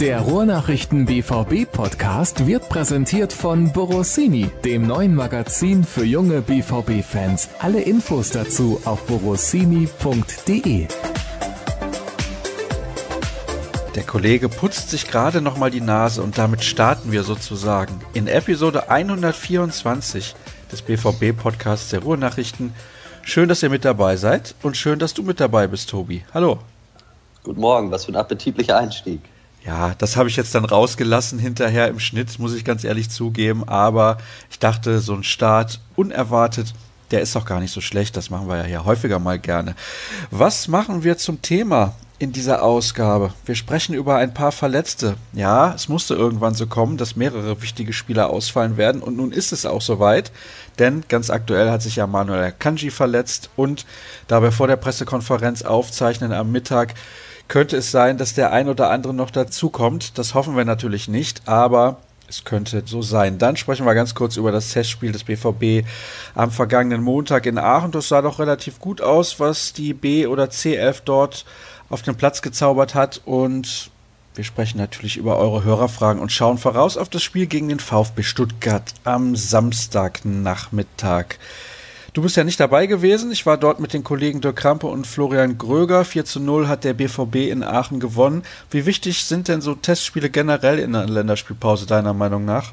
Der Ruhrnachrichten BVB Podcast wird präsentiert von Borossini, dem neuen Magazin für junge BVB-Fans. Alle Infos dazu auf borossini.de. Der Kollege putzt sich gerade nochmal die Nase und damit starten wir sozusagen in Episode 124 des BVB-Podcasts der Ruhrnachrichten. Schön, dass ihr mit dabei seid und schön, dass du mit dabei bist, Tobi. Hallo. Guten Morgen, was für ein appetitlicher Einstieg. Ja, das habe ich jetzt dann rausgelassen hinterher im Schnitt, muss ich ganz ehrlich zugeben. Aber ich dachte, so ein Start unerwartet, der ist doch gar nicht so schlecht. Das machen wir ja hier häufiger mal gerne. Was machen wir zum Thema in dieser Ausgabe? Wir sprechen über ein paar Verletzte. Ja, es musste irgendwann so kommen, dass mehrere wichtige Spieler ausfallen werden. Und nun ist es auch soweit. Denn ganz aktuell hat sich ja Manuel Akanji verletzt. Und da wir vor der Pressekonferenz aufzeichnen am Mittag, könnte es sein, dass der ein oder andere noch dazukommt. Das hoffen wir natürlich nicht, aber es könnte so sein. Dann sprechen wir ganz kurz über das Testspiel des BVB am vergangenen Montag in Aachen. Das sah doch relativ gut aus, was die B- oder C11 dort auf den Platz gezaubert hat. Und wir sprechen natürlich über eure Hörerfragen und schauen voraus auf das Spiel gegen den VfB Stuttgart am Samstagnachmittag. Du bist ja nicht dabei gewesen. Ich war dort mit den Kollegen Dirk Krampe und Florian Gröger. 4:0 hat der BVB in Aachen gewonnen. Wie wichtig sind denn so Testspiele generell in der Länderspielpause deiner Meinung nach?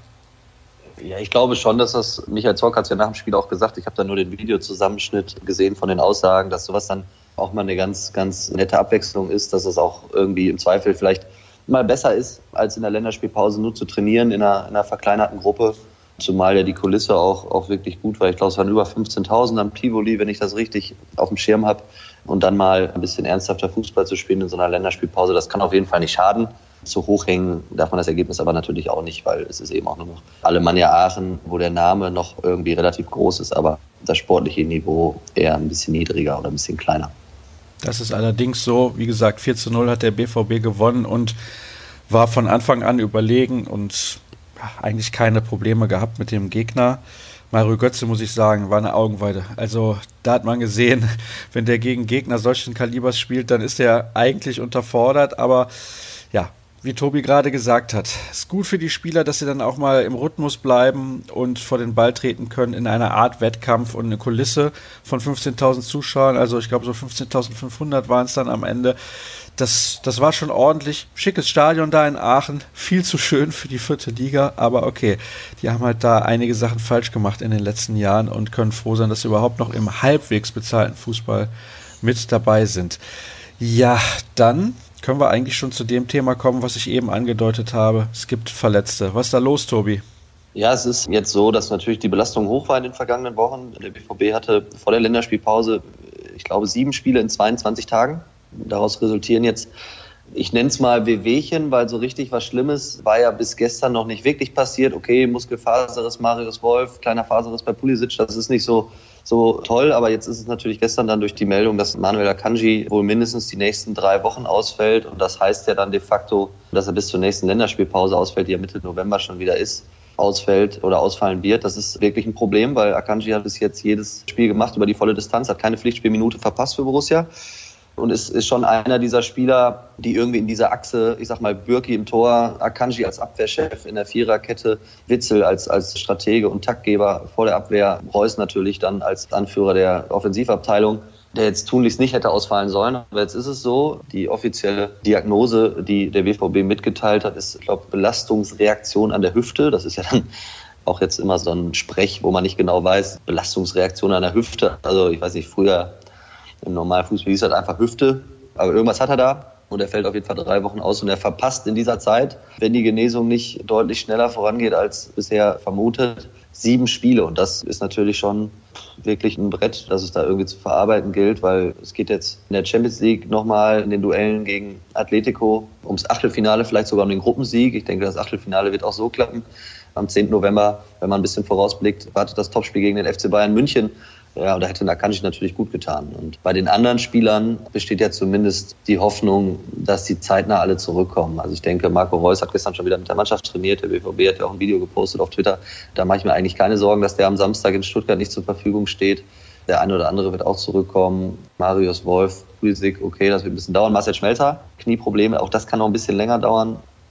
Ja, ich glaube schon, dass das, Michael Zorc hat es ja nach dem Spiel auch gesagt, ich habe da nur den Videozusammenschnitt gesehen von den Aussagen, dass sowas dann auch mal eine ganz, ganz nette Abwechslung ist, dass es auch irgendwie im Zweifel vielleicht mal besser ist, als in der Länderspielpause nur zu trainieren in einer verkleinerten Gruppe. Zumal ja die Kulisse auch wirklich gut war. Ich glaube, es waren über 15.000 am Tivoli, wenn ich das richtig auf dem Schirm habe. Und dann mal ein bisschen ernsthafter Fußball zu spielen in so einer Länderspielpause, das kann auf jeden Fall nicht schaden. Zu hoch hängen darf man das Ergebnis aber natürlich auch nicht, weil es ist eben auch nur noch Alemannia Aachen, wo der Name noch irgendwie relativ groß ist, aber das sportliche Niveau eher ein bisschen niedriger oder ein bisschen kleiner. Das ist allerdings so. Wie gesagt, 4:0 hat der BVB gewonnen und war von Anfang an überlegen und eigentlich keine Probleme gehabt mit dem Gegner. Mario Götze, muss ich sagen, war eine Augenweide. Also da hat man gesehen, wenn der gegen Gegner solchen Kalibers spielt, dann ist er eigentlich unterfordert. Aber ja, wie Tobi gerade gesagt hat, ist gut für die Spieler, dass sie dann auch mal im Rhythmus bleiben und vor den Ball treten können in einer Art Wettkampf und eine Kulisse von 15.000 Zuschauern. Also ich glaube so 15.500 waren es dann am Ende. Das war schon ordentlich. Schickes Stadion da in Aachen. Viel zu schön für die 4. Liga. Aber okay, die haben halt da einige Sachen falsch gemacht in den letzten Jahren und können froh sein, dass sie überhaupt noch im halbwegs bezahlten Fußball mit dabei sind. Ja, dann können wir eigentlich schon zu dem Thema kommen, was ich eben angedeutet habe. Es gibt Verletzte. Was ist da los, Tobi? Ja, es ist jetzt so, dass natürlich die Belastung hoch war in den vergangenen Wochen. Der BVB hatte vor der Länderspielpause, ich glaube, 7 Spiele in 22 Tagen. Daraus resultieren jetzt, ich nenne es mal Wehwehchen, weil so richtig was Schlimmes war ja bis gestern noch nicht wirklich passiert. Okay, Muskelfaserriss, Marius Wolf, kleiner Faserriss bei Pulisic, das ist nicht so toll. Aber jetzt ist es natürlich gestern dann durch die Meldung, dass Manuel Akanji wohl mindestens die nächsten 3 Wochen ausfällt. Und das heißt ja dann de facto, dass er bis zur nächsten Länderspielpause ausfällt, die ja Mitte November schon wieder ist, ausfällt oder ausfallen wird. Das ist wirklich ein Problem, weil Akanji hat bis jetzt jedes Spiel gemacht über die volle Distanz, hat keine Pflichtspielminute verpasst für Borussia. Und es ist schon einer dieser Spieler, die irgendwie in dieser Achse, ich sag mal, Bürki im Tor, Akanji als Abwehrchef in der Viererkette, Witzel als Stratege und Taktgeber vor der Abwehr, Reus natürlich dann als Anführer der Offensivabteilung, der jetzt tunlichst nicht hätte ausfallen sollen. Aber jetzt ist es so, die offizielle Diagnose, die der BVB mitgeteilt hat, ist, ich glaube, Belastungsreaktion an der Hüfte. Das ist ja dann auch jetzt immer so ein Sprech, wo man nicht genau weiß, Belastungsreaktion an der Hüfte. Also ich weiß nicht, früher im normalen Fußball hieß das einfach Hüfte, aber irgendwas hat er da und er fällt auf jeden Fall 3 Wochen aus und er verpasst in dieser Zeit, wenn die Genesung nicht deutlich schneller vorangeht als bisher vermutet, 7 Spiele und das ist natürlich schon wirklich ein Brett, das es da irgendwie zu verarbeiten gilt, weil es geht jetzt in der Champions League nochmal in den Duellen gegen Atletico ums Achtelfinale, vielleicht sogar um den Gruppensieg. Ich denke, das Achtelfinale wird auch so klappen. Am 10. November, wenn man ein bisschen vorausblickt, wartet das Topspiel gegen den FC Bayern München. Ja, und da hätte Akanji natürlich gut getan. Und bei den anderen Spielern besteht ja zumindest die Hoffnung, dass die zeitnah alle zurückkommen. Also ich denke, Marco Reus hat gestern schon wieder mit der Mannschaft trainiert. Der BVB hat ja auch ein Video gepostet auf Twitter. Da mache ich mir eigentlich keine Sorgen, dass der am Samstag in Stuttgart nicht zur Verfügung steht. Der eine oder andere wird auch zurückkommen. Marius Wolf, Pulisic, okay, das wird ein bisschen dauern. Marcel Schmelzer, Knieprobleme, auch das kann noch ein bisschen länger dauern.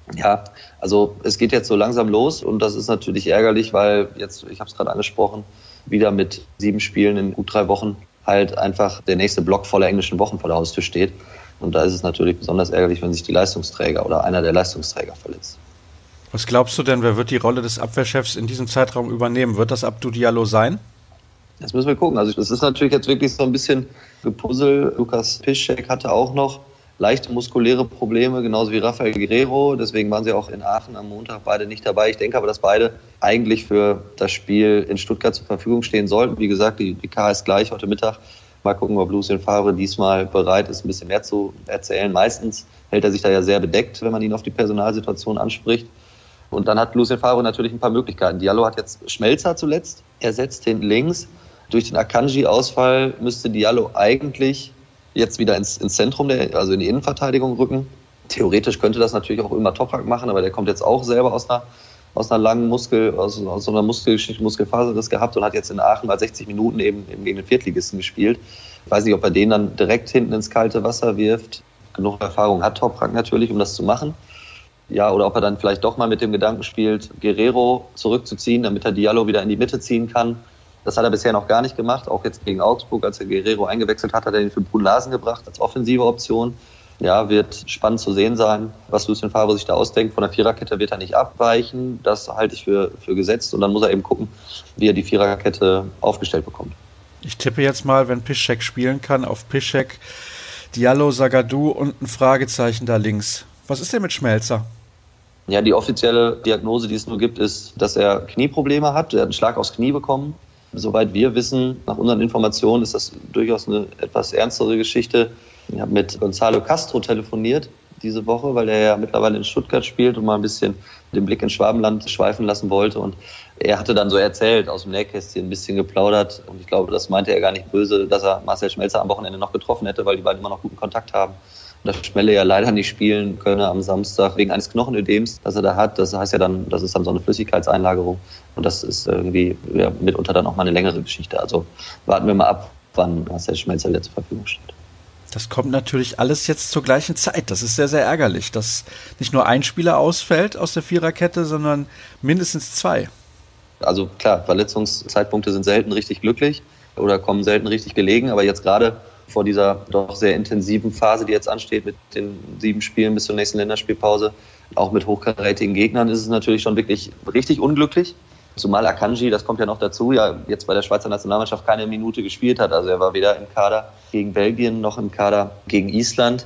Ja, also es geht jetzt so langsam los und das ist natürlich ärgerlich, weil jetzt, ich habe es gerade angesprochen, wieder mit 7 Spielen in gut 3 Wochen halt einfach der nächste Block voller englischen Wochen vor der Haustür steht. Und da ist es natürlich besonders ärgerlich, wenn sich die Leistungsträger oder einer der Leistungsträger verletzt. Was glaubst du denn, wer wird die Rolle des Abwehrchefs in diesem Zeitraum übernehmen? Wird das Abdou Diallo sein? Das müssen wir gucken. Also das ist natürlich jetzt wirklich so ein bisschen Gepuzzle. Lukas Piszczek hatte auch noch leichte muskuläre Probleme, genauso wie Rafael Guerreiro. Deswegen waren sie auch in Aachen am Montag beide nicht dabei. Ich denke aber, dass beide eigentlich für das Spiel in Stuttgart zur Verfügung stehen sollten. Wie gesagt, die PK ist gleich heute Mittag. Mal gucken, ob Lucien Favre diesmal bereit ist, ein bisschen mehr zu erzählen. Meistens hält er sich da ja sehr bedeckt, wenn man ihn auf die Personalsituation anspricht. Und dann hat Lucien Favre natürlich ein paar Möglichkeiten. Diallo hat jetzt Schmelzer zuletzt ersetzt, hinten links. Durch den Akanji-Ausfall müsste Diallo eigentlich jetzt wieder ins Zentrum, also in die Innenverteidigung rücken. Theoretisch könnte das natürlich auch Ömer Toprak machen, aber der kommt jetzt auch selber aus einer langen aus so einer Muskelfaserriss gehabt und hat jetzt in Aachen mal 60 Minuten eben gegen den Viertligisten gespielt. Ich weiß nicht, ob er den dann direkt hinten ins kalte Wasser wirft. Genug Erfahrung hat Toprak natürlich, um das zu machen. Ja, oder ob er dann vielleicht doch mal mit dem Gedanken spielt, Guerreiro zurückzuziehen, damit er Diallo wieder in die Mitte ziehen kann. Das hat er bisher noch gar nicht gemacht, auch jetzt gegen Augsburg, als er Guerreiro eingewechselt hat, hat er ihn für Brun Larsen gebracht als offensive Option. Ja, wird spannend zu sehen sein, was Lucien Favre sich da ausdenkt. Von der Viererkette wird er nicht abweichen, das halte ich für gesetzt und dann muss er eben gucken, wie er die Viererkette aufgestellt bekommt. Ich tippe jetzt mal, wenn Piszczek spielen kann, auf Piszczek, Diallo, Zagadou und ein Fragezeichen da links. Was ist denn mit Schmelzer? Ja, die offizielle Diagnose, die es nur gibt, ist, dass er Knieprobleme hat. Er hat einen Schlag aufs Knie bekommen. Soweit wir wissen, nach unseren Informationen, ist das durchaus eine etwas ernstere Geschichte. Ich habe mit Gonzalo Castro telefoniert diese Woche, weil er ja mittlerweile in Stuttgart spielt und mal ein bisschen den Blick ins Schwabenland schweifen lassen wollte. Und er hatte dann so erzählt, aus dem Nähkästchen ein bisschen geplaudert. Und ich glaube, das meinte er gar nicht böse, dass er Marcel Schmelzer am Wochenende noch getroffen hätte, weil die beiden immer noch guten Kontakt haben. Und dass Schmelle ja leider nicht spielen könne am Samstag wegen eines Knochenödems, das er da hat. Das heißt ja dann, das ist dann so eine Flüssigkeitseinlagerung. Und das ist irgendwie mitunter dann auch mal eine längere Geschichte. Also warten wir mal ab, wann Marcel Schmelzer wieder zur Verfügung steht. Das kommt natürlich alles jetzt zur gleichen Zeit. Das ist sehr, sehr ärgerlich, dass nicht nur ein Spieler ausfällt aus der Viererkette, sondern mindestens 2. Also klar, Verletzungszeitpunkte sind selten richtig glücklich oder kommen selten richtig gelegen. Aber jetzt gerade vor dieser doch sehr intensiven Phase, die jetzt ansteht mit den 7 Spielen bis zur nächsten Länderspielpause, auch mit hochkarätigen Gegnern, ist es natürlich schon wirklich richtig unglücklich. Zumal Akanji, das kommt ja noch dazu, ja jetzt bei der Schweizer Nationalmannschaft keine Minute gespielt hat. Also er war weder im Kader gegen Belgien noch im Kader gegen Island.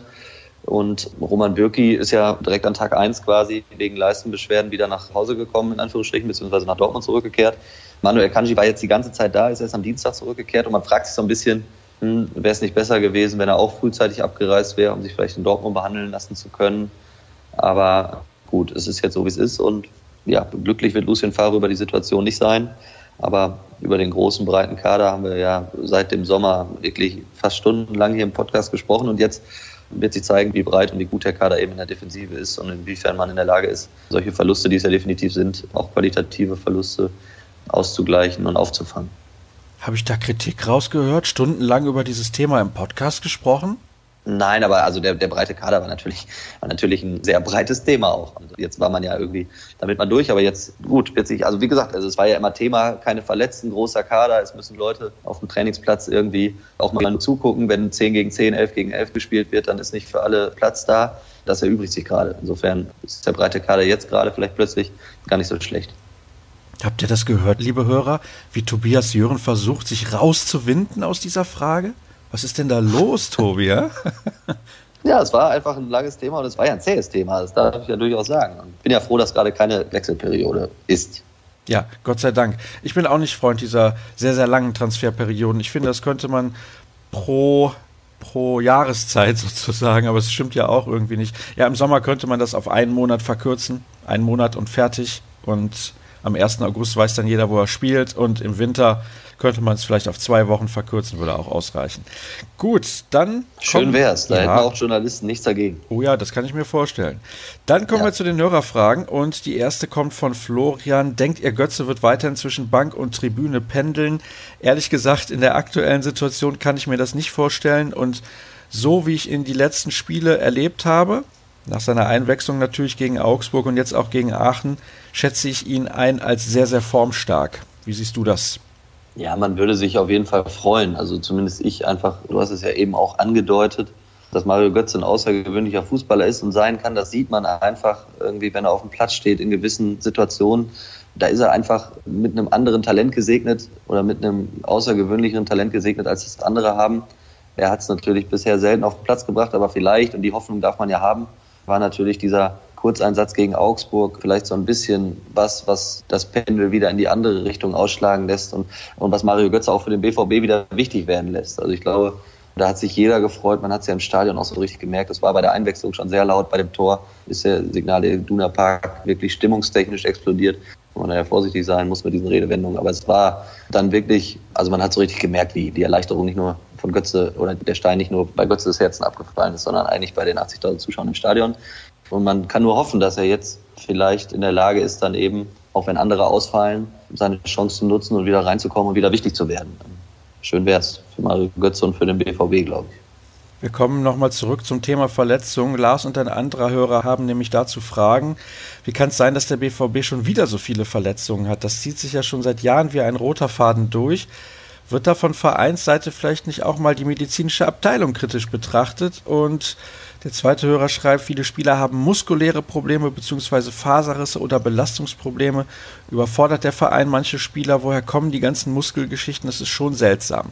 Und Roman Bürki ist ja direkt an Tag 1 quasi wegen Leistenbeschwerden wieder nach Hause gekommen, in Anführungsstrichen, beziehungsweise nach Dortmund zurückgekehrt. Manuel Akanji war jetzt die ganze Zeit da, ist erst am Dienstag zurückgekehrt und man fragt sich so ein bisschen, wäre es nicht besser gewesen, wenn er auch frühzeitig abgereist wäre, um sich vielleicht in Dortmund behandeln lassen zu können. Aber gut, es ist jetzt so, wie es ist und ja, glücklich wird Lucien Favre über die Situation nicht sein, aber über den großen, breiten Kader haben wir ja seit dem Sommer wirklich fast stundenlang hier im Podcast gesprochen und jetzt wird sich zeigen, wie breit und wie gut der Kader eben in der Defensive ist und inwiefern man in der Lage ist, solche Verluste, die es ja definitiv sind, auch qualitative Verluste auszugleichen und aufzufangen. Habe ich da Kritik rausgehört? Stundenlang über dieses Thema im Podcast gesprochen? Nein, aber also der breite Kader war natürlich ein sehr breites Thema auch. Und jetzt war man ja irgendwie damit mal durch, aber jetzt gut, wird sich, also wie gesagt, also es war ja immer Thema, keine Verletzten, großer Kader, es müssen Leute auf dem Trainingsplatz irgendwie auch mal nur zugucken, wenn 10 gegen 10, 11 gegen 11 gespielt wird, dann ist nicht für alle Platz da. Das erübrigt sich gerade. Insofern ist der breite Kader jetzt gerade vielleicht plötzlich gar nicht so schlecht. Habt ihr das gehört, liebe Hörer, wie Tobias Jören versucht, sich rauszuwinden aus dieser Frage? Was ist denn da los, Tobi? Ja, es war einfach ein langes Thema und es war ja ein zähes Thema, das darf ich ja durchaus sagen. Und ich bin ja froh, dass gerade keine Wechselperiode ist. Ja, Gott sei Dank. Ich bin auch nicht Freund dieser sehr, sehr langen Transferperioden. Ich finde, das könnte man pro Jahreszeit sozusagen, aber es stimmt ja auch irgendwie nicht. Ja, im Sommer könnte man das auf einen Monat verkürzen, 1 Monat und fertig und am 1. August weiß dann jeder, wo er spielt und im Winter könnte man es vielleicht auf 2 Wochen verkürzen, würde auch ausreichen. Gut, dann... Schön wär's, da hätten auch Journalisten nichts dagegen. Oh ja, das kann ich mir vorstellen. Dann kommen wir zu den Hörerfragen und die erste kommt von Florian. Denkt ihr, Götze wird weiterhin zwischen Bank und Tribüne pendeln? Ehrlich gesagt, in der aktuellen Situation kann ich mir das nicht vorstellen und so wie ich ihn die letzten Spiele erlebt habe, Nach seiner Einwechslung natürlich gegen Augsburg und jetzt auch gegen Aachen schätze ich ihn ein als sehr, sehr formstark. Wie siehst du das? Ja, man würde sich auf jeden Fall freuen. Also zumindest ich einfach, du hast es ja eben auch angedeutet, dass Mario Götze ein außergewöhnlicher Fußballer ist und sein kann. Das sieht man einfach irgendwie, wenn er auf dem Platz steht in gewissen Situationen. Da ist er einfach mit einem anderen Talent gesegnet oder mit einem außergewöhnlicheren Talent gesegnet, als es andere haben. Er hat es natürlich bisher selten auf den Platz gebracht, aber vielleicht, und die Hoffnung darf man ja haben, war natürlich dieser Kurzeinsatz gegen Augsburg vielleicht so ein bisschen was das Pendel wieder in die andere Richtung ausschlagen lässt und was Mario Götze auch für den BVB wieder wichtig werden lässt. Also ich glaube, da hat sich jeder gefreut. Man hat es ja im Stadion auch so richtig gemerkt. Es war bei der Einwechslung schon sehr laut. Bei dem Tor ist der Signal Iduna Park wirklich stimmungstechnisch explodiert. Wo man ja vorsichtig sein muss mit diesen Redewendungen. Aber es war dann wirklich, also man hat so richtig gemerkt, wie die Erleichterung nicht nur von Götze oder der Stein nicht nur bei Götze des Herzen abgefallen ist, sondern eigentlich bei den 80.000 Zuschauern im Stadion. Und man kann nur hoffen, dass er jetzt vielleicht in der Lage ist, dann eben, auch wenn andere ausfallen, seine Chance zu nutzen und wieder reinzukommen und wieder wichtig zu werden. Schön wäre es für Mario Götze und für den BVB, glaube ich. Wir kommen nochmal zurück zum Thema Verletzungen. Lars und ein anderer Hörer haben nämlich dazu Fragen, wie kann es sein, dass der BVB schon wieder so viele Verletzungen hat? Das zieht sich ja schon seit Jahren wie ein roter Faden durch. Wird da von Vereinsseite vielleicht nicht auch mal die medizinische Abteilung kritisch betrachtet? Und der zweite Hörer schreibt, viele Spieler haben muskuläre Probleme bzw. Faserrisse oder Belastungsprobleme. Überfordert der Verein manche Spieler? Woher kommen die ganzen Muskelgeschichten? Das ist schon seltsam.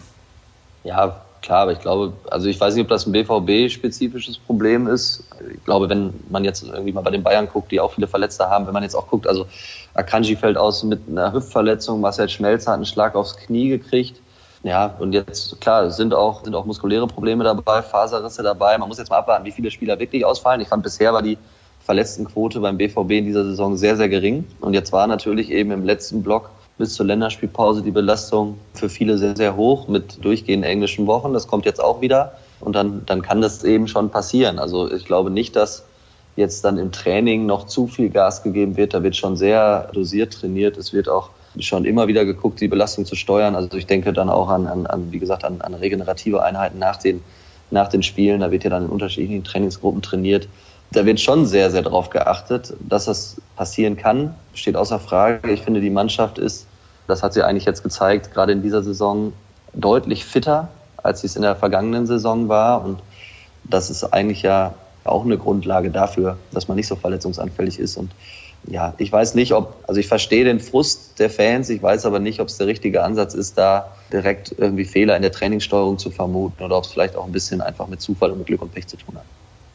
Ja, klar, aber ich glaube, also ich weiß nicht, ob das ein BVB-spezifisches Problem ist. Ich glaube, wenn man jetzt irgendwie mal bei den Bayern guckt, die auch viele Verletzte haben, wenn man jetzt auch guckt, also Akanji fällt aus mit einer Hüftverletzung, Marcel Schmelzer hat einen Schlag aufs Knie gekriegt. Ja, und jetzt, klar, sind auch muskuläre Probleme dabei, Faserrisse dabei. Man muss jetzt mal abwarten, wie viele Spieler wirklich ausfallen. Ich fand, bisher war die Verletztenquote beim BVB in dieser Saison sehr, sehr gering. Und jetzt war natürlich eben im letzten Block bis zur Länderspielpause die Belastung für viele sehr, sehr hoch mit durchgehenden englischen Wochen. Das kommt jetzt auch wieder. Und dann kann das eben schon passieren. Also ich glaube nicht, dass jetzt dann im Training noch zu viel Gas gegeben wird. Da wird schon sehr dosiert trainiert. Es wird auch schon immer wieder geguckt, die Belastung zu steuern. Also ich denke dann auch an wie gesagt, an regenerative Einheiten nach den Spielen. Da wird ja dann in unterschiedlichen Trainingsgruppen trainiert. Da wird schon sehr, sehr drauf geachtet. Dass das passieren kann, steht außer Frage. Ich finde, die Mannschaft ist, das hat sie eigentlich jetzt gezeigt, gerade in dieser Saison deutlich fitter, als sie es in der vergangenen Saison war. Und das ist eigentlich ja auch eine Grundlage dafür, dass man nicht so verletzungsanfällig ist. Und ja, ich weiß nicht, also ich verstehe den Frust der Fans, ich weiß aber nicht, ob es der richtige Ansatz ist, da direkt irgendwie Fehler in der Trainingssteuerung zu vermuten oder ob es vielleicht auch ein bisschen einfach mit Zufall und mit Glück und Pech zu tun hat.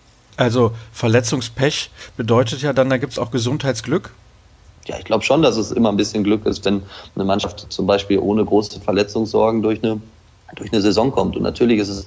Also Verletzungspech bedeutet ja dann, da gibt es auch Gesundheitsglück? Ja, ich glaube schon, dass es immer ein bisschen Glück ist, wenn eine Mannschaft zum Beispiel ohne große Verletzungssorgen durch eine Saison kommt. Und natürlich ist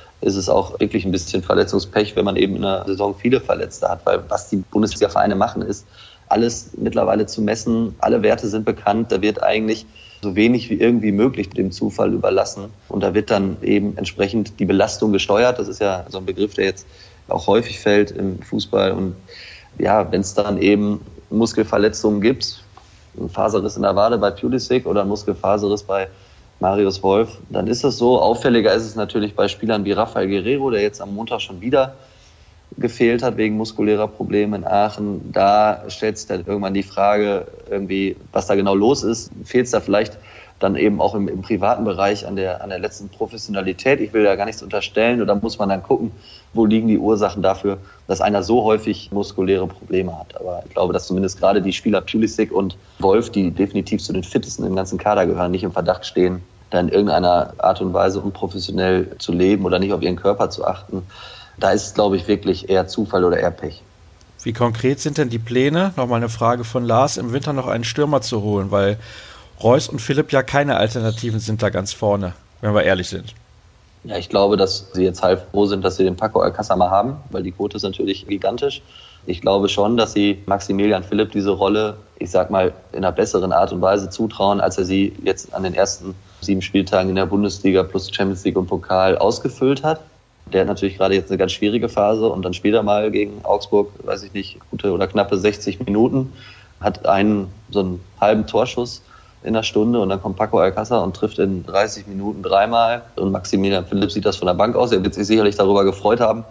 es auch wirklich ein bisschen Verletzungspech, wenn man eben in einer Saison viele Verletzte hat, weil was die Bundesliga-Vereine machen, ist alles mittlerweile zu messen, alle Werte sind bekannt, da wird eigentlich so wenig wie irgendwie möglich dem Zufall überlassen und da wird dann eben entsprechend die Belastung gesteuert. Das ist ja so ein Begriff, der jetzt auch häufig fällt im Fußball und ja, wenn es dann eben Muskelverletzungen gibt, ein Faserriss in der Wade bei Pulisic oder ein Muskelfaserriss bei Marius Wolf, dann ist das so. Auffälliger ist es natürlich bei Spielern wie Rafael Guerreiro, der jetzt am Montag schon wieder gefehlt hat wegen muskulärer Probleme in Aachen. Da stellt sich dann irgendwann die Frage, irgendwie, was da genau los ist. Fehlt es da vielleicht dann eben auch im privaten Bereich an der letzten Professionalität? Ich will da gar nichts unterstellen. Oder muss man dann gucken, wo liegen die Ursachen dafür, dass einer so häufig muskuläre Probleme hat. Aber ich glaube, dass zumindest gerade die Spieler Pulisic und Wolf, die definitiv zu den fittesten im ganzen Kader gehören, nicht im Verdacht stehen, da in irgendeiner Art und Weise unprofessionell zu leben oder nicht auf ihren Körper zu achten. Da ist es, glaube ich, wirklich eher Zufall oder eher Pech. Wie konkret sind denn die Pläne? Nochmal eine Frage von Lars, im Winter noch einen Stürmer zu holen, weil Reus und Philipp ja keine Alternativen sind da ganz vorne, wenn wir ehrlich sind. Ja, ich glaube, dass sie jetzt heilfroh sind, dass sie den Paco Alcázar mal haben, weil die Quote ist natürlich gigantisch. Ich glaube schon, dass sie Maximilian Philipp diese Rolle, ich sag mal, in einer besseren Art und Weise zutrauen, als er sie jetzt an den ersten 7 Spieltagen in der Bundesliga plus Champions League und Pokal ausgefüllt hat. Der hat natürlich gerade jetzt eine ganz schwierige Phase und dann spielt er mal gegen Augsburg, weiß ich nicht, gute oder knappe 60 Minuten, hat so einen halben Torschuss in einer Stunde und dann kommt Paco Alcázar und trifft in 30 Minuten 3-mal und Maximilian Philipp sieht das von der Bank aus. Er wird sich sicherlich darüber gefreut haben,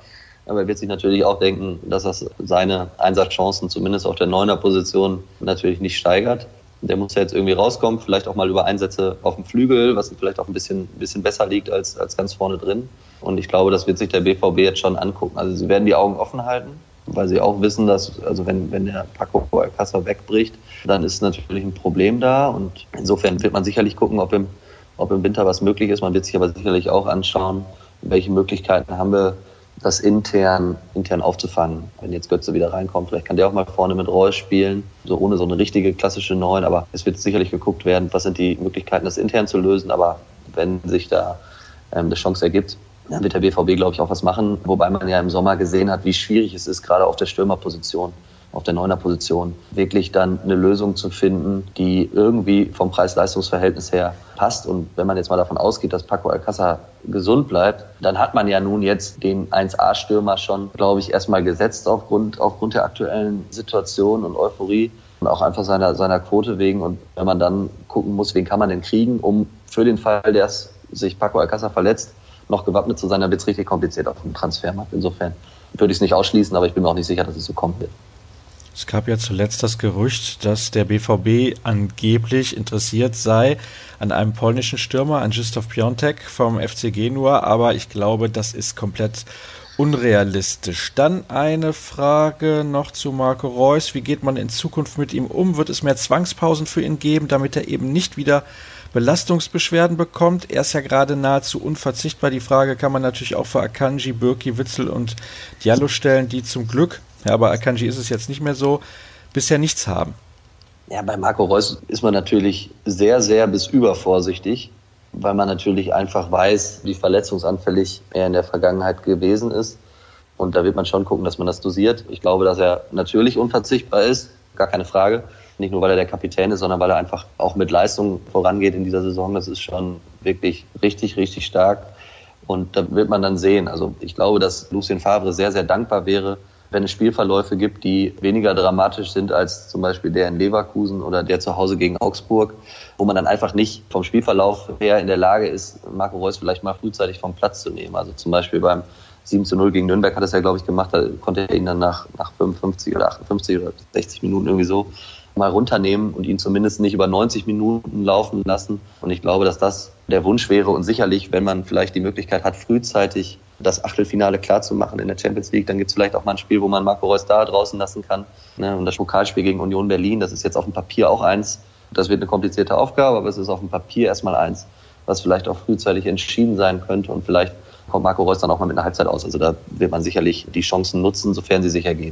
Aber er wird sich natürlich auch denken, dass das seine Einsatzchancen zumindest auf der 9er-Position natürlich nicht steigert. Der muss ja jetzt irgendwie rauskommen, vielleicht auch mal über Einsätze auf dem Flügel, was vielleicht auch ein bisschen besser liegt als ganz vorne drin. Und ich glaube, das wird sich der BVB jetzt schon angucken. Also sie werden die Augen offen halten, weil sie auch wissen, dass, also wenn der Paco Alcácer wegbricht, dann ist natürlich ein Problem da. Und insofern wird man sicherlich gucken, ob im Winter was möglich ist. Man wird sich aber sicherlich auch anschauen, welche Möglichkeiten haben wir, das intern aufzufangen. Wenn jetzt Götze wieder reinkommt, vielleicht kann der auch mal vorne mit Reus spielen, so ohne so eine richtige klassische 9, aber es wird sicherlich geguckt werden, was sind die Möglichkeiten, das intern zu lösen, aber wenn sich da eine Chance ergibt, dann wird der BVB, glaube ich, auch was machen, wobei man ja im Sommer gesehen hat, wie schwierig es ist, gerade auf der Stürmerposition, auf der 9er-Position, wirklich dann eine Lösung zu finden, die irgendwie vom Preis-Leistungs-Verhältnis her passt. Und wenn man jetzt mal davon ausgeht, dass Paco Alcácer gesund bleibt, dann hat man ja nun jetzt den 1A-Stürmer schon, glaube ich, erstmal gesetzt aufgrund der aktuellen Situation und Euphorie und auch einfach seiner Quote wegen. Und wenn man dann gucken muss, wen kann man denn kriegen, um für den Fall, dass sich Paco Alcácer verletzt, noch gewappnet zu sein, dann wird es richtig kompliziert auf dem Transfermarkt. Insofern würde ich es nicht ausschließen, aber ich bin mir auch nicht sicher, dass es so kommen wird. Es gab ja zuletzt das Gerücht, dass der BVB angeblich interessiert sei an einem polnischen Stürmer, an Krzysztof Piątek vom FC Genua, aber ich glaube, das ist komplett unrealistisch. Dann eine Frage noch zu Marco Reus. Wie geht man in Zukunft mit ihm um? Wird es mehr Zwangspausen für ihn geben, damit er eben nicht wieder Belastungsbeschwerden bekommt? Er ist ja gerade nahezu unverzichtbar. Die Frage kann man natürlich auch für Akanji, Bürki, Witsel und Diallo stellen, die zum Glück, ja, bei Akanji ist es jetzt nicht mehr so, bisher nichts haben. Ja, bei Marco Reus ist man natürlich sehr, sehr bis übervorsichtig, weil man natürlich einfach weiß, wie verletzungsanfällig er in der Vergangenheit gewesen ist. Und da wird man schon gucken, dass man das dosiert. Ich glaube, dass er natürlich unverzichtbar ist, gar keine Frage. Nicht nur, weil er der Kapitän ist, sondern weil er einfach auch mit Leistung vorangeht in dieser Saison. Das ist schon wirklich richtig, richtig stark. Und da wird man dann sehen. Also ich glaube, dass Lucien Favre sehr, sehr dankbar wäre, wenn es Spielverläufe gibt, die weniger dramatisch sind als zum Beispiel der in Leverkusen oder der zu Hause gegen Augsburg, wo man dann einfach nicht vom Spielverlauf her in der Lage ist, Marco Reus vielleicht mal frühzeitig vom Platz zu nehmen. Also zum Beispiel beim 7:0 gegen Nürnberg hat er es ja, glaube ich, gemacht, da konnte er ihn dann nach 55 oder 58 oder 60 Minuten irgendwie so mal runternehmen und ihn zumindest nicht über 90 Minuten laufen lassen. Und ich glaube, dass das der Wunsch wäre und sicherlich, wenn man vielleicht die Möglichkeit hat, frühzeitig das Achtelfinale klar zu machen in der Champions League, dann gibt es vielleicht auch mal ein Spiel, wo man Marco Reus da draußen lassen kann. Und das Pokalspiel gegen Union Berlin, das ist jetzt auf dem Papier auch eins. Das wird eine komplizierte Aufgabe, aber es ist auf dem Papier erstmal eins, was vielleicht auch frühzeitig entschieden sein könnte. Und vielleicht kommt Marco Reus dann auch mal mit einer Halbzeit aus. Also da wird man sicherlich die Chancen nutzen, sofern sie sich ergeben.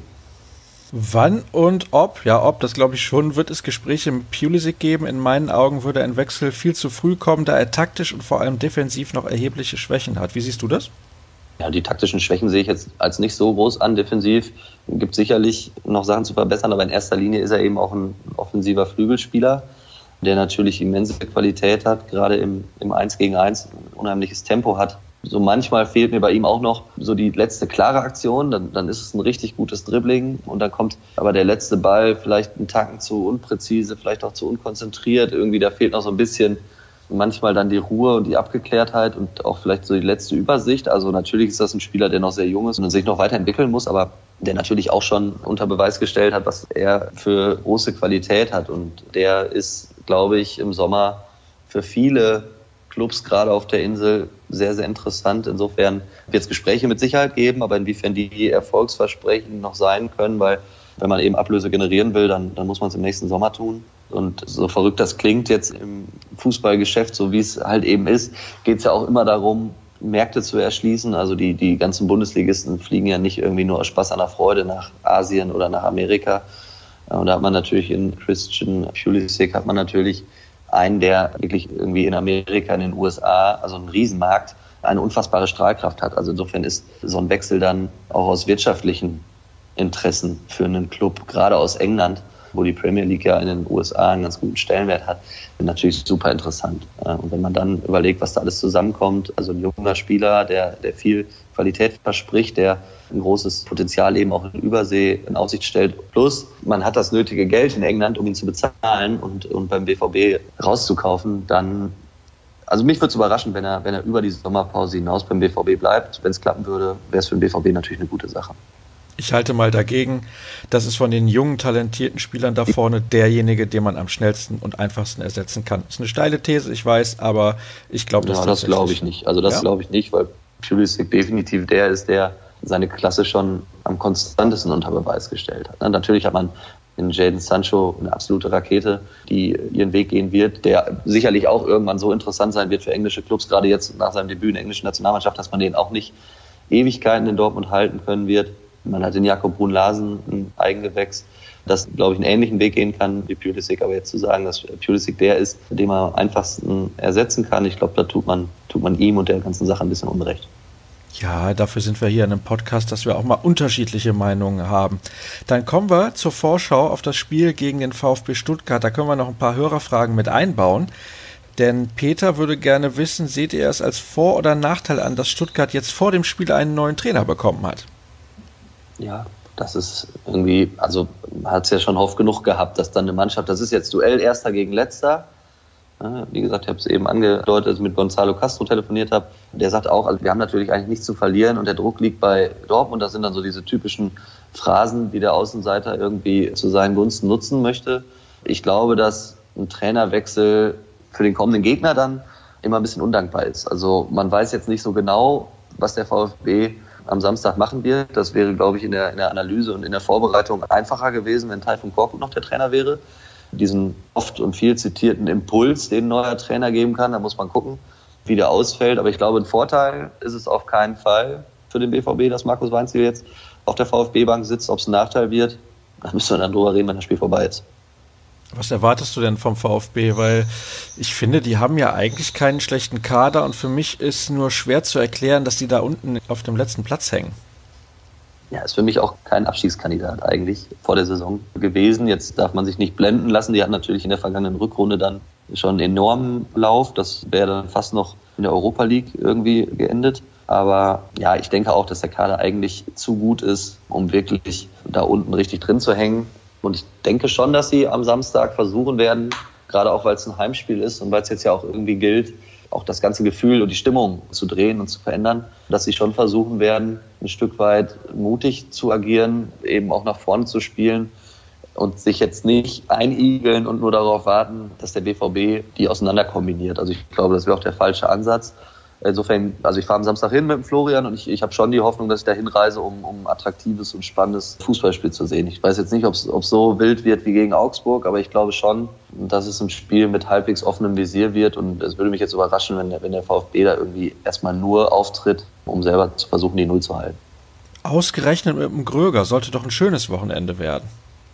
Wann und ob, das glaube ich schon, wird es Gespräche mit Pulisic geben. In meinen Augen würde ein Wechsel viel zu früh kommen, da er taktisch und vor allem defensiv noch erhebliche Schwächen hat. Wie siehst du das? Ja, die taktischen Schwächen sehe ich jetzt als nicht so groß an. Defensiv gibt es sicherlich noch Sachen zu verbessern, aber in erster Linie ist er eben auch ein offensiver Flügelspieler, der natürlich immense Qualität hat, gerade im 1 gegen 1 ein unheimliches Tempo hat. So manchmal fehlt mir bei ihm auch noch so die letzte klare Aktion, dann ist es ein richtig gutes Dribbling und dann kommt aber der letzte Ball vielleicht einen Tacken zu unpräzise, vielleicht auch zu unkonzentriert. Irgendwie da fehlt noch so ein bisschen manchmal dann die Ruhe und die Abgeklärtheit und auch vielleicht so die letzte Übersicht. Also natürlich ist das ein Spieler, der noch sehr jung ist und sich noch weiterentwickeln muss, aber der natürlich auch schon unter Beweis gestellt hat, was er für große Qualität hat. Und der ist, glaube ich, im Sommer für viele Clubs gerade auf der Insel sehr, sehr interessant. Insofern wird es Gespräche mit Sicherheit geben, aber inwiefern die erfolgsversprechend noch sein können, weil wenn man eben Ablöse generieren will, dann muss man es im nächsten Sommer tun. Und so verrückt das klingt jetzt im Fußballgeschäft, so wie es halt eben ist, geht es ja auch immer darum, Märkte zu erschließen. Also die ganzen Bundesligisten fliegen ja nicht irgendwie nur aus Spaß an der Freude nach Asien oder nach Amerika. Und da hat man natürlich in Christian Pulisic hat man natürlich einen, der wirklich irgendwie in Amerika, in den USA, also einen Riesenmarkt, eine unfassbare Strahlkraft hat. Also insofern ist so ein Wechsel dann auch aus wirtschaftlichen Interessen für einen Club, gerade aus England, wo die Premier League ja in den USA einen ganz guten Stellenwert hat, natürlich super interessant. Und wenn man dann überlegt, was da alles zusammenkommt, also ein junger Spieler, der viel Qualität verspricht, der ein großes Potenzial eben auch in Übersee in Aussicht stellt, plus man hat das nötige Geld in England, um ihn zu bezahlen und beim BVB rauszukaufen, dann Also mich würde es überraschen, wenn er über die Sommerpause hinaus beim BVB bleibt. Wenn es klappen würde, wäre es für den BVB natürlich eine gute Sache. Ich halte mal dagegen, das ist von den jungen, talentierten Spielern da vorne derjenige, den man am schnellsten und einfachsten ersetzen kann. Ist eine steile These, ich weiß, aber ich glaube, das glaube ich nicht. Also das glaube ich nicht, weil Pulisic definitiv der ist, der seine Klasse schon am konstantesten unter Beweis gestellt hat. Natürlich hat man in Jadon Sancho eine absolute Rakete, die ihren Weg gehen wird, der sicherlich auch irgendwann so interessant sein wird für englische Clubs, gerade jetzt nach seinem Debüt in der englischen Nationalmannschaft, dass man den auch nicht Ewigkeiten in Dortmund halten können wird. Man hat in Jakob Brun-Larsen ein Eigengewächs, das, glaube ich, einen ähnlichen Weg gehen kann wie Pulisic. Aber jetzt zu sagen, dass Pulisic der ist, den man am einfachsten ersetzen kann, ich glaube, da tut man ihm und der ganzen Sache ein bisschen Unrecht. Ja, dafür sind wir hier in einem Podcast, dass wir auch mal unterschiedliche Meinungen haben. Dann kommen wir zur Vorschau auf das Spiel gegen den VfB Stuttgart. Da können wir noch ein paar Hörerfragen mit einbauen. Denn Peter würde gerne wissen, seht ihr es als Vor- oder Nachteil an, dass Stuttgart jetzt vor dem Spiel einen neuen Trainer bekommen hat? Ja, das ist irgendwie, also man hat es ja schon oft genug gehabt, dass dann eine Mannschaft, das ist jetzt Duell Erster gegen Letzter. Wie gesagt, ich habe es eben angedeutet, als ich mit Gonzalo Castro telefoniert habe. Der sagt auch, also wir haben natürlich eigentlich nichts zu verlieren und der Druck liegt bei Dortmund. Das sind dann so diese typischen Phrasen, die der Außenseiter irgendwie zu seinen Gunsten nutzen möchte. Ich glaube, dass ein Trainerwechsel für den kommenden Gegner dann immer ein bisschen undankbar ist. Also man weiß jetzt nicht so genau, was der VfB am Samstag machen wird. Das wäre, glaube ich, in der Analyse und in der Vorbereitung einfacher gewesen, wenn Tayfun Korkut noch der Trainer wäre. Diesen oft und viel zitierten Impuls, den ein neuer Trainer geben kann, da muss man gucken, wie der ausfällt. Aber ich glaube, ein Vorteil ist es auf keinen Fall für den BVB, dass Markus Weinziel jetzt auf der VfB-Bank sitzt. Ob es ein Nachteil wird, da müssen wir dann drüber reden, wenn das Spiel vorbei ist. Was erwartest du denn vom VfB? Weil ich finde, die haben ja eigentlich keinen schlechten Kader und für mich ist nur schwer zu erklären, dass die da unten auf dem letzten Platz hängen. Ja, ist für mich auch kein Abstiegskandidat eigentlich vor der Saison gewesen. Jetzt darf man sich nicht blenden lassen. Die hatten natürlich in der vergangenen Rückrunde dann schon einen enormen Lauf. Das wäre dann fast noch in der Europa League irgendwie geendet. Aber ja, ich denke auch, dass der Kader eigentlich zu gut ist, um wirklich da unten richtig drin zu hängen. Und ich denke schon, dass sie am Samstag versuchen werden, gerade auch weil es ein Heimspiel ist und weil es jetzt ja auch irgendwie gilt, auch das ganze Gefühl und die Stimmung zu drehen und zu verändern, dass sie schon versuchen werden, ein Stück weit mutig zu agieren, eben auch nach vorne zu spielen und sich jetzt nicht einigeln und nur darauf warten, dass der BVB die auseinander kombiniert. Also ich glaube, das wäre auch der falsche Ansatz. Insofern, also ich fahre am Samstag hin mit dem Florian und ich habe schon die Hoffnung, dass ich da hinreise, um attraktives und spannendes Fußballspiel zu sehen. Ich weiß jetzt nicht, ob es so wild wird wie gegen Augsburg, aber ich glaube schon, dass es ein Spiel mit halbwegs offenem Visier wird und es würde mich jetzt überraschen, wenn der VfB da irgendwie erstmal nur auftritt, um selber zu versuchen, die Null zu halten. Ausgerechnet mit dem Gröger sollte doch ein schönes Wochenende werden.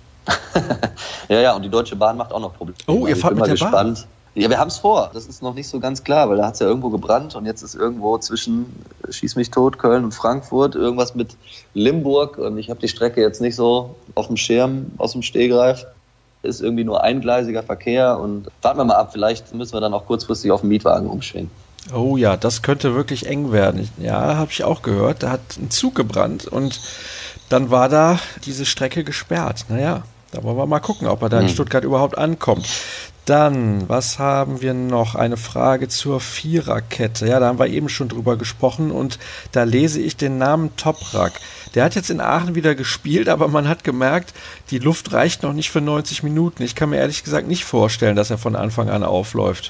Ja, und die Deutsche Bahn macht auch noch Probleme. Oh, ihr fahrt mit der Bahn? Ja, wir haben es vor. Das ist noch nicht so ganz klar, weil da hat es ja irgendwo gebrannt und jetzt ist irgendwo zwischen Schieß mich tot, Köln und Frankfurt irgendwas mit Limburg und ich habe die Strecke jetzt nicht so auf dem Schirm aus dem Stegreif. Ist irgendwie nur eingleisiger Verkehr und warten wir mal ab, vielleicht müssen wir dann auch kurzfristig auf den Mietwagen umschwingen. Oh ja, das könnte wirklich eng werden. Ja, habe ich auch gehört. Da hat ein Zug gebrannt und dann war da diese Strecke gesperrt. Naja, da wollen wir mal gucken, ob er da in Stuttgart überhaupt ankommt. Dann, was haben wir noch? Eine Frage zur Viererkette. Ja, da haben wir eben schon drüber gesprochen und da lese ich den Namen Toprak. Der hat jetzt in Aachen wieder gespielt, aber man hat gemerkt, die Luft reicht noch nicht für 90 Minuten. Ich kann mir ehrlich gesagt nicht vorstellen, dass er von Anfang an aufläuft.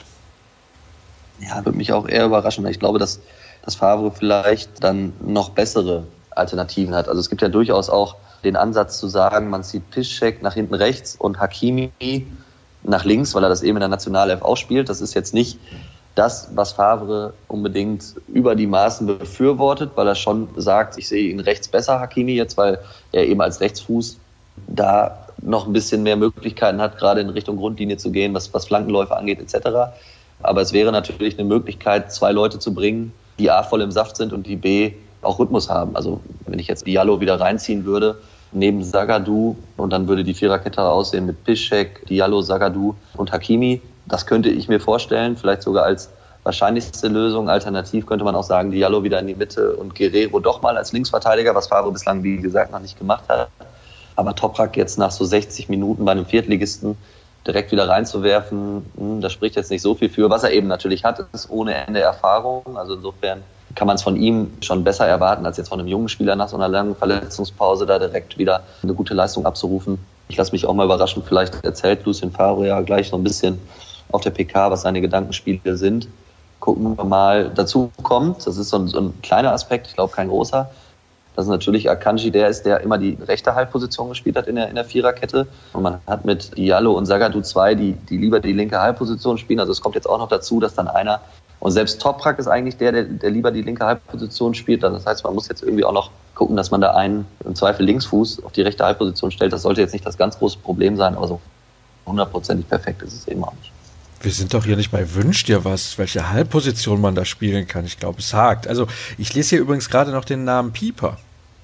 Ja, würde mich auch eher überraschen. Ich glaube, dass Favre vielleicht dann noch bessere Alternativen hat. Also es gibt ja durchaus auch den Ansatz zu sagen, man zieht Piszczek nach hinten rechts und Hakimi nach links, weil er das eben in der Nationalelf auch spielt. Das ist jetzt nicht das, was Favre unbedingt über die Maßen befürwortet, weil er schon sagt, ich sehe ihn rechts besser, Hakimi jetzt, weil er eben als Rechtsfuß da noch ein bisschen mehr Möglichkeiten hat, gerade in Richtung Grundlinie zu gehen, was Flankenläufe angeht etc. Aber es wäre natürlich eine Möglichkeit, zwei Leute zu bringen, die A, voll im Saft sind und die B, auch Rhythmus haben. Also wenn ich jetzt Diallo wieder reinziehen würde, neben Zagadou und dann würde die Viererkette aussehen mit Piszczek, Diallo, Zagadou und Hakimi. Das könnte ich mir vorstellen, vielleicht sogar als wahrscheinlichste Lösung. Alternativ könnte man auch sagen, Diallo wieder in die Mitte und Guerrero doch mal als Linksverteidiger, was Favre bislang, wie gesagt, noch nicht gemacht hat. Aber Toprak jetzt nach so 60 Minuten bei einem Viertligisten direkt wieder reinzuwerfen, das spricht jetzt nicht so viel für. Was er eben natürlich hat, ist ohne Ende Erfahrung. Also insofern kann man es von ihm schon besser erwarten, als jetzt von einem jungen Spieler nach so einer langen Verletzungspause da direkt wieder eine gute Leistung abzurufen. Ich lasse mich auch mal überraschen, vielleicht erzählt Lucien Favre ja gleich noch ein bisschen auf der PK, was seine Gedankenspiele sind. Gucken wir mal. Dazu kommt, das ist so ein kleiner Aspekt, ich glaube kein großer, dass natürlich Akanji der ist, der immer die rechte Halbposition gespielt hat in der Viererkette. Und man hat mit Diallo und Zagadou zwei, die lieber die linke Halbposition spielen. Also es kommt jetzt auch noch dazu, dass dann einer, und selbst Toprak ist eigentlich der lieber die linke Halbposition spielt. Das heißt, man muss jetzt irgendwie auch noch gucken, dass man da einen im Zweifel Linksfuß auf die rechte Halbposition stellt. Das sollte jetzt nicht das ganz große Problem sein, aber so 100% perfekt ist es eben auch nicht. Wir sind doch hier nicht bei Wünsch dir was, welche Halbposition man da spielen kann. Ich glaube, es hakt. Also ich lese hier übrigens gerade noch den Namen Pieper.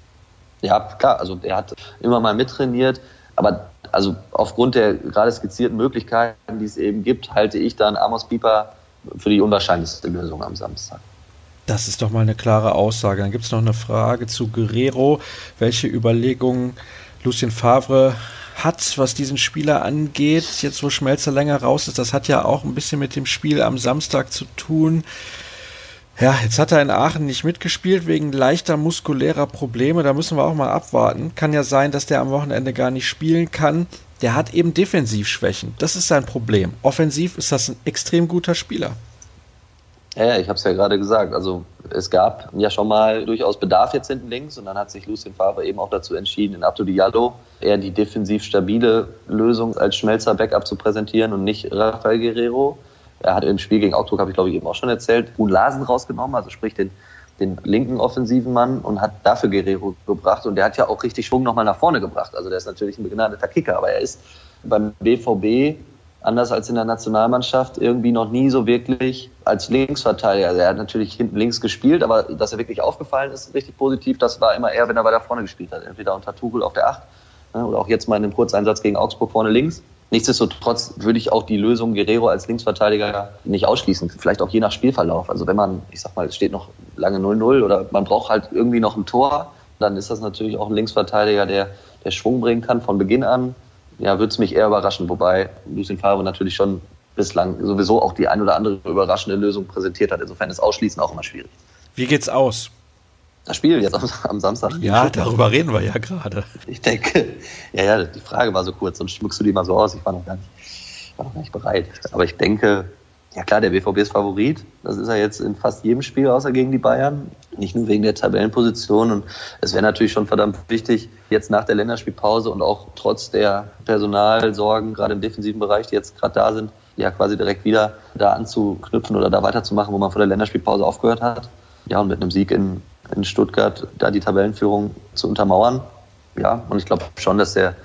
Ja, klar, also der hat immer mal mittrainiert, aber also aufgrund der gerade skizzierten Möglichkeiten, die es eben gibt, halte ich dann Amos Pieper für die unwahrscheinlichste Lösung am Samstag. Das ist doch mal eine klare Aussage. Dann gibt es noch eine Frage zu Guerrero. Welche Überlegungen Lucien Favre hat, was diesen Spieler angeht, jetzt wo Schmelzer länger raus ist? Das hat ja auch ein bisschen mit dem Spiel am Samstag zu tun. Ja, jetzt hat er in Aachen nicht mitgespielt wegen leichter muskulärer Probleme. Da müssen wir auch mal abwarten. Kann ja sein, dass der am Wochenende gar nicht spielen kann. Der hat eben Defensivschwächen. Das ist sein Problem. Offensiv ist das ein extrem guter Spieler. Ja, ich habe es ja gerade gesagt. Also es gab ja schon mal durchaus Bedarf jetzt hinten links und dann hat sich Lucien Favre eben auch dazu entschieden, in Abdou Diallo eher die defensiv stabile Lösung als Schmelzer-Backup zu präsentieren und nicht Rafael Guerrero. Er hat im Spiel gegen Augsburg, habe ich glaube ich eben auch schon erzählt, Brun Larsen rausgenommen, also sprich den linken offensiven Mann und hat dafür Guerrero gebracht und der hat ja auch richtig Schwung nochmal nach vorne gebracht. Also der ist natürlich ein begnadeter Kicker, aber er ist beim BVB anders als in der Nationalmannschaft irgendwie noch nie so wirklich als Linksverteidiger. Also er hat natürlich hinten links gespielt, aber dass er wirklich aufgefallen ist, richtig positiv, das war immer eher, wenn er weiter vorne gespielt hat. Entweder unter Tuchel auf der 8 oder auch jetzt mal in einem Kurzeinsatz gegen Augsburg vorne links. Nichtsdestotrotz würde ich auch die Lösung Guerrero als Linksverteidiger nicht ausschließen. Vielleicht auch je nach Spielverlauf. Also wenn man, ich sag mal, es steht noch lange 0-0 oder man braucht halt irgendwie noch ein Tor, dann ist das natürlich auch ein Linksverteidiger, der Schwung bringen kann von Beginn an. Ja, würde es mich eher überraschen, wobei Lucien Favre natürlich schon bislang sowieso auch die ein oder andere überraschende Lösung präsentiert hat. Insofern ist Ausschließen auch immer schwierig. Wie geht's aus? Das Spiel jetzt am Samstag. Ja, darüber reden wir ja gerade. Ich denke, ja, die Frage war so kurz, sonst schmuckst du die mal so aus. Ich war noch gar nicht bereit. Aber ich denke, ja klar, der BVB ist Favorit. Das ist er jetzt in fast jedem Spiel, außer gegen die Bayern. Nicht nur wegen der Tabellenposition. Und es wäre natürlich schon verdammt wichtig, jetzt nach der Länderspielpause und auch trotz der Personalsorgen, gerade im defensiven Bereich, die jetzt gerade da sind, ja quasi direkt wieder da anzuknüpfen oder da weiterzumachen, wo man vor der Länderspielpause aufgehört hat. Ja, und mit einem Sieg in Stuttgart da die Tabellenführung zu untermauern. Ja, und ich glaube schon, dass der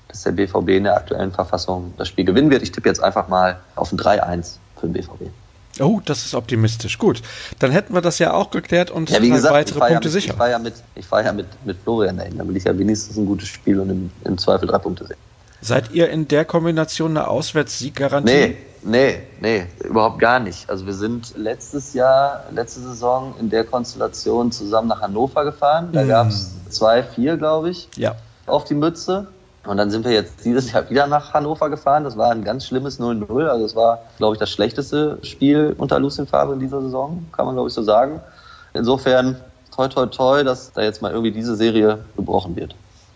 BVB in der aktuellen Verfassung das Spiel gewinnen wird. Ich tippe jetzt einfach mal auf ein 3-1 für den BVB. Oh, das ist optimistisch. Gut, dann hätten wir das ja auch geklärt und ja, wie gesagt, weitere Punkte sicher. Ich war ja mit Florian dahin. Da will ich ja wenigstens ein gutes Spiel und im Zweifel 3 Punkte sehen. Seid ihr in der Kombination eine Auswärtssieggarantie? Nee, überhaupt gar nicht. Also wir sind letzte Saison in der Konstellation zusammen nach Hannover gefahren. Da gab es 2-4, glaube ich, auf die Mütze. Und dann sind wir jetzt dieses Jahr wieder nach Hannover gefahren. Das war ein ganz schlimmes 0-0. Also es war, glaube ich, das schlechteste Spiel unter Lucien Favre in dieser Saison, kann man, glaube ich, so sagen. Insofern toi, toi, toi, dass da jetzt mal irgendwie diese Serie gebrochen wird.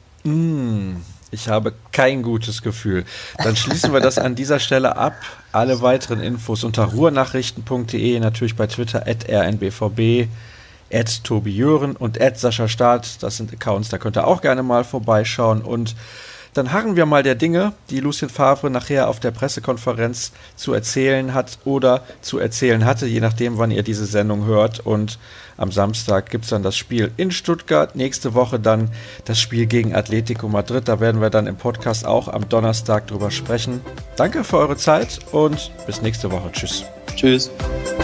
Ich habe kein gutes Gefühl. Dann schließen wir das an dieser Stelle ab. Alle weiteren Infos unter ruhrnachrichten.de, natürlich bei Twitter @rnbvb, @tobijören und @Sascha Staat. Das sind Accounts, da könnt ihr auch gerne mal vorbeischauen. Und dann harren wir mal der Dinge, die Lucien Favre nachher auf der Pressekonferenz zu erzählen hat oder zu erzählen hatte, je nachdem, wann ihr diese Sendung hört. Und am Samstag gibt es dann das Spiel in Stuttgart. Nächste Woche dann das Spiel gegen Atletico Madrid. Da werden wir dann im Podcast auch am Donnerstag drüber sprechen. Danke für eure Zeit und bis nächste Woche. Tschüss. Tschüss.